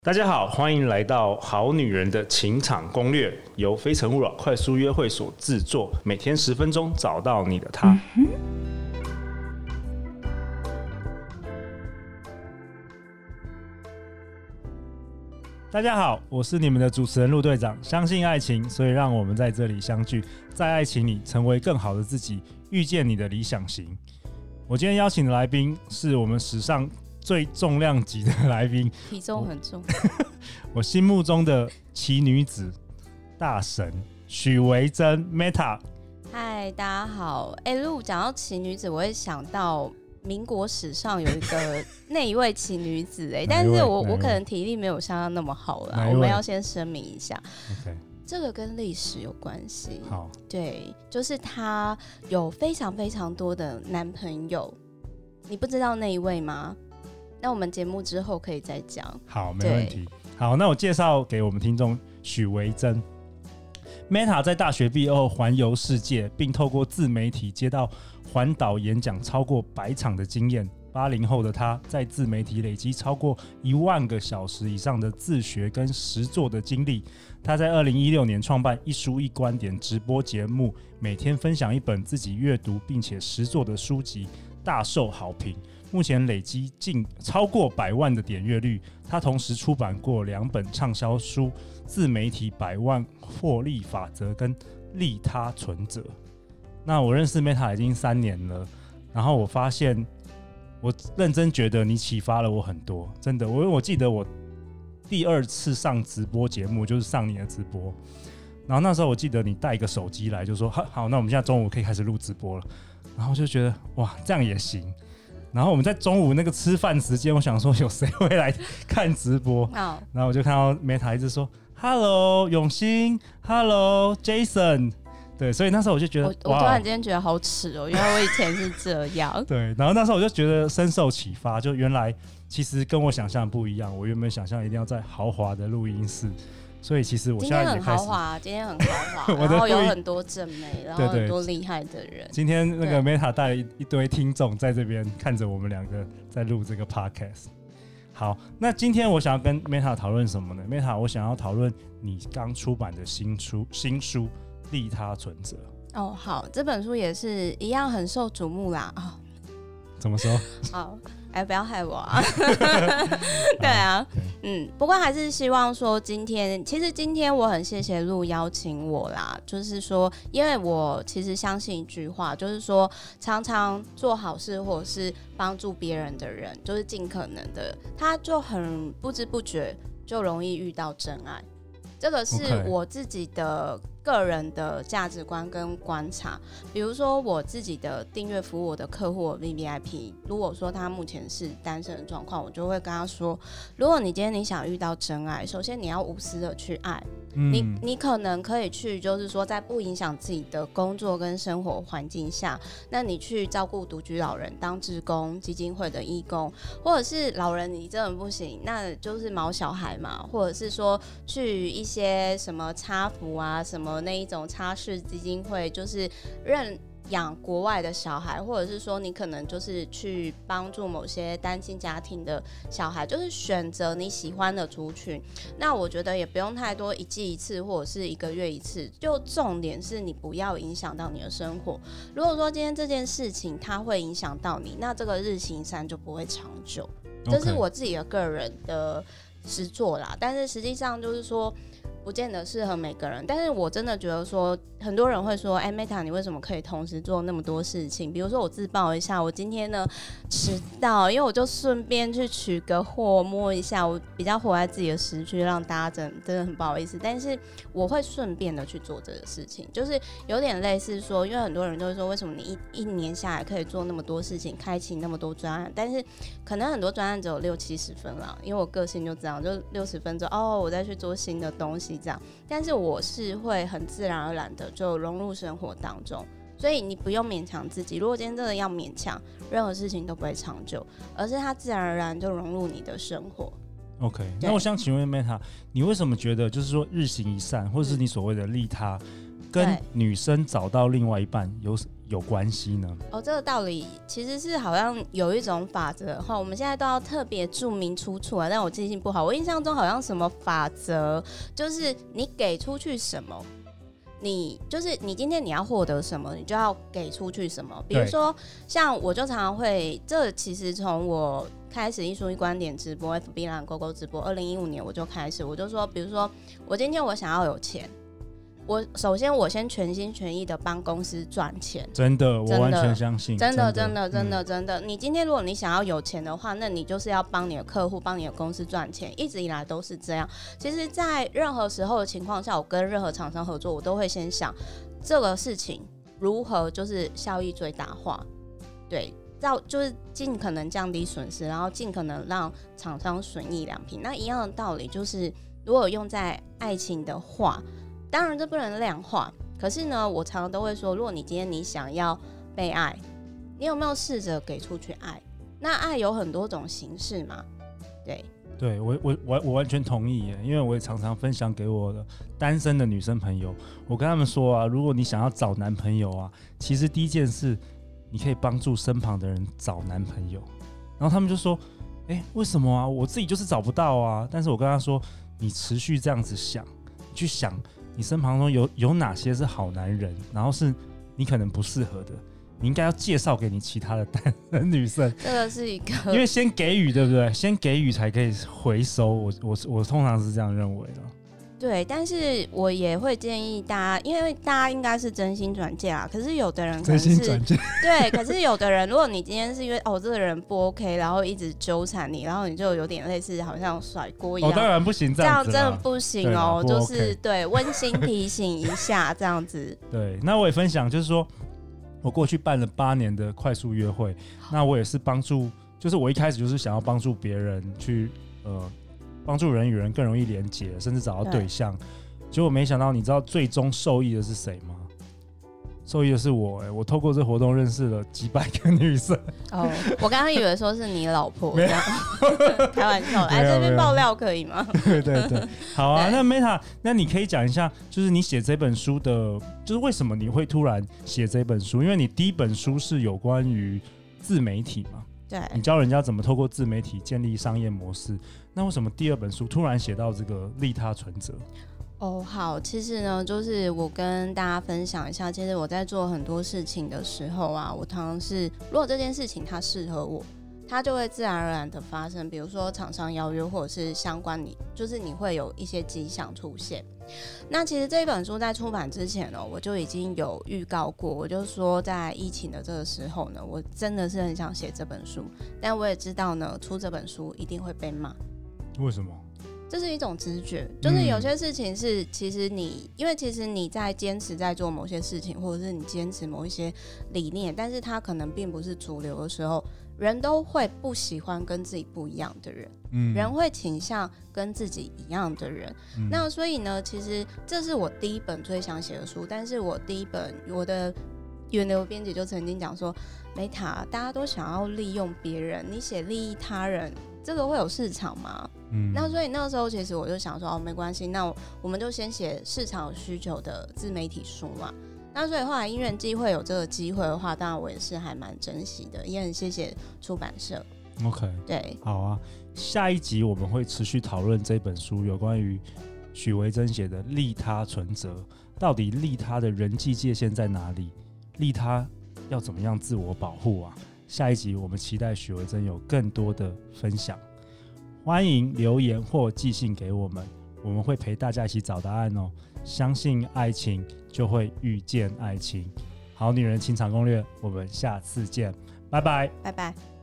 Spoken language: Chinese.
大家好，欢迎来到好女人的情场攻略，由非诚勿扰快速约会所制作，每天10分钟，找到你的他。大家好，我是你们的主持人陆队长。相信爱情，所以让我们在这里相聚，在爱情里成为更好的自己，遇见你的理想型。我今天邀请的来宾是我们史上最重量级的来宾， 体重很重。 我心目中的奇女子大神许维珍 Meta。 嗨，大家好。如果讲到奇女子，我会想到民国史上有一个那一位奇女子但是我可能体力没有像她那么好啦，我们要先声明一下。 Okay. 这个跟历史有关系。 好， 对，就是她有非常非常多的男朋友，你不知道那一位吗？那我们节目之后可以再讲。 好，没问题。好，那我介绍给我们听众许维珍。Meta 在大学毕业后环游世界，并透过自媒体接到环岛演讲超过100场的经验。80后的他在自媒体累积超过1万个小时以上的自学跟实作的经历。他在2016年创办一书一观点直播节目，每天分享一本自己阅读并且实作的书籍，大受好评。目前累积近超过100万的点阅率。他同时出版过2本畅销书，《自媒体100万获利法则》跟《利他存折》。那我认识 Meta 已经3年了，然后我发现，我认真觉得你启发了我很多，真的。我记得我第2次上直播节目就是上你的直播，然后那时候我记得你带一个手机来，就说好，那我们现在中午可以开始录直播了。然后就觉得哇，这样也行。然后我们在中午那个吃饭时间，我想说有谁会来看直播？然后我就看到 Meta 一直说 Hello 永兴 Hello Jason， 对，所以那时候我就觉得我突然间觉得好耻哦，因为我以前是这样。 对，然后那时候我就觉得深受启发，就原来其实跟我想象的不一样。我原本想象一定要在豪华的录音室。所以其实我现在也开始今天很豪华，今天很豪华，然后有很多正妹，然后很多厉害的人。 今天那个 Meta 带了一堆听众在这边看着我们2个在录这个 podcast。好，那今天我想要跟 Meta 讨论什么呢 ？Meta， 我想要讨论你刚出版的新书《利他存折》。 哦，好，这本书也是一样很受瞩目啦。哦， 怎么说？ 好。不要害我啊！对啊，不过还是希望说今天我很谢谢陆邀请我啦，就是说，因为我其实相信一句话，就是说，常常做好事或者是帮助别人的人，就是尽可能的，他就很不知不觉就容易遇到真爱。这个是我自己的个人的价值观跟观察。比如说我自己的订阅服务，我的客户 VVIP， 如果说他目前是单身的状况，我就会跟他说，如果你今天你想遇到真爱，首先你要无私的去爱。你可能可以去，就是说在不影响自己的工作跟生活环境下，那你去照顾独居老人，当志工基金会的义工，或者是老人你真的不行，那就是毛小孩嘛，或者是说去一些什么插福啊，什么那一种插事基金会，就是认养国外的小孩，或者是说你可能就是去帮助某些单亲家庭的小孩，就是选择你喜欢的族群。那我觉得也不用太多，1季1次或者是1个月1次，就重点是你不要影响到你的生活。如果说今天这件事情它会影响到你，那这个日行山就不会长久。这是我自己的个人的实作啦，但是实际上就是说不见得适合每个人。但是我真的觉得说，很多人会说Meta 你为什么可以同时做那么多事情？比如说我自曝一下，我今天呢迟到，因为我就顺便去取个货，摸一下，我比较活在自己的时区，让大家真的很不好意思。但是我会顺便的去做这个事情，就是有点类似说，因为很多人都会说，为什么你一年下来可以做那么多事情，开启那么多专案，但是可能很多专案只有60-70分啦，因为我个性就这样，就60分钟我再去做新的东西这样。但是我是会很自然而然的就融入生活当中，所以你不用勉强自己。如果今天真的要勉强，任何事情都不会长久，而是它自然而然就融入你的生活。 OK， 那我想请问 Meta， 你为什么觉得就是说日行一善，或者是你所谓的利他，跟女生找到另外一半有关系呢？ 这个道理其实是好像有一种法则哈，我们现在都要特别注明出处啊。但我记性不好，我印象中好像什么法则，就是你给出去什么，你今天你要获得什么，你就要给出去什么。比如说，像我就常常会，这其实从我开始艺术一观点直播 FB 啦、GoGo 直播，2015年我就开始，我就说，比如说我今天我想要有钱。首先我先全心全意的帮公司赚钱， 真的，我完全相信， 真的。你今天如果你想要有钱的话，那你就是要帮你的客户、帮你的公司赚钱，一直以来都是这样。其实，在任何时候的情况下，我跟任何厂商合作，我都会先想这个事情如何就是效益最大化，对，就是尽可能降低损失，然后尽可能让厂商损益两平。那一样的道理就是，如果用在爱情的话。当然这不能量化，可是呢，我常常都会说，如果你今天你想要被爱，你有没有试着给出去爱？那爱有很多种形式嘛，对， 我完全同意耶，因为我也常常分享给我的单身的女生朋友，我跟他们说啊，如果你想要找男朋友啊，其实第一件事，你可以帮助身旁的人找男朋友，然后他们就说，为什么啊？我自己就是找不到啊。但是我跟他说，你持续这样子想，你去想。你身旁中有哪些是好男人，然后是你可能不适合的，你应该要介绍给你其他的单身女生。 这个是一个， 因为先给予，对不对？先给予才可以回收。我通常是这样认为的。 对，但是我也会建议大家，因为大家应该是真心转介啊，可是有的人可能是真心转介， 对，可是有的人，如果你今天是因为这个人不 OK， 然后一直纠缠你，然后你就有点类似好像甩锅一样， 当然不行，这样真的不行哦，就是 OK 对温馨提醒一下这样子。 对，那我也分享，就是说我过去办了8年的快速约会，那我也是帮助，就是我一开始就是想要帮助别人去帮助人与人更容易连结，甚至找到对象。结果没想到，你知道最终受益的是谁吗？受益的是我。我透过这活动认识了几百个女生。 我刚刚以为说是你老婆这样，开玩笑。来这边爆料可以吗？ 对，好啊。那 Meta， 那你可以讲一下，就是你写这本书的，就是为什么你会突然写这本书？因为你第一本书是有关于自媒体嘛。 对， 你教人家怎么透过自媒体建立商业模式，那为什么第2本书突然写到这个利他存折？ 好，其实呢，就是我跟大家分享一下，其实我在做很多事情的时候啊，我常常是，如果这件事情它适合我，它就会自然而然的发生。比如说厂商邀约，或者是相关就是你会有一些迹象出现。那其实这本书在出版之前呢，我就已经有预告过，我就说在疫情的这个时候呢，我真的是很想写这本书，但我也知道呢，出这本书一定会被骂。 为什么？ 这是一种直觉，就是有些事情是其实因为其实你在坚持在做某些事情，或者是你坚持某一些理念，但是它可能并不是主流的时候，人都会不喜欢跟自己不一样的人，人会倾向跟自己一样的人。那所以呢，其实这是我第1本最想写的书，但是我第1本我的源流编辑就曾经讲说，Meta，大家都想要利用别人，你写利益他人，这个会有市场吗？那所以那个时候其实我就想说，没关系，那我们就先写市场有需求的自媒体书嘛。那所以后来因缘际会有这个机会的话，当然我也是还蛮珍惜的，也很谢谢出版社。 OK， 对， 好啊。下一集我们会持续讨论这本书有关于许维珍写的利他存折，到底利他的人际界限在哪里？利他要怎么样自我保护啊？下一集我们期待许维珍有更多的分享，欢迎留言或寄信给我们，我们会陪大家一起找答案哦。相信爱情，就会遇见爱情。好女人情场攻略，我们下次见，拜拜， 拜拜。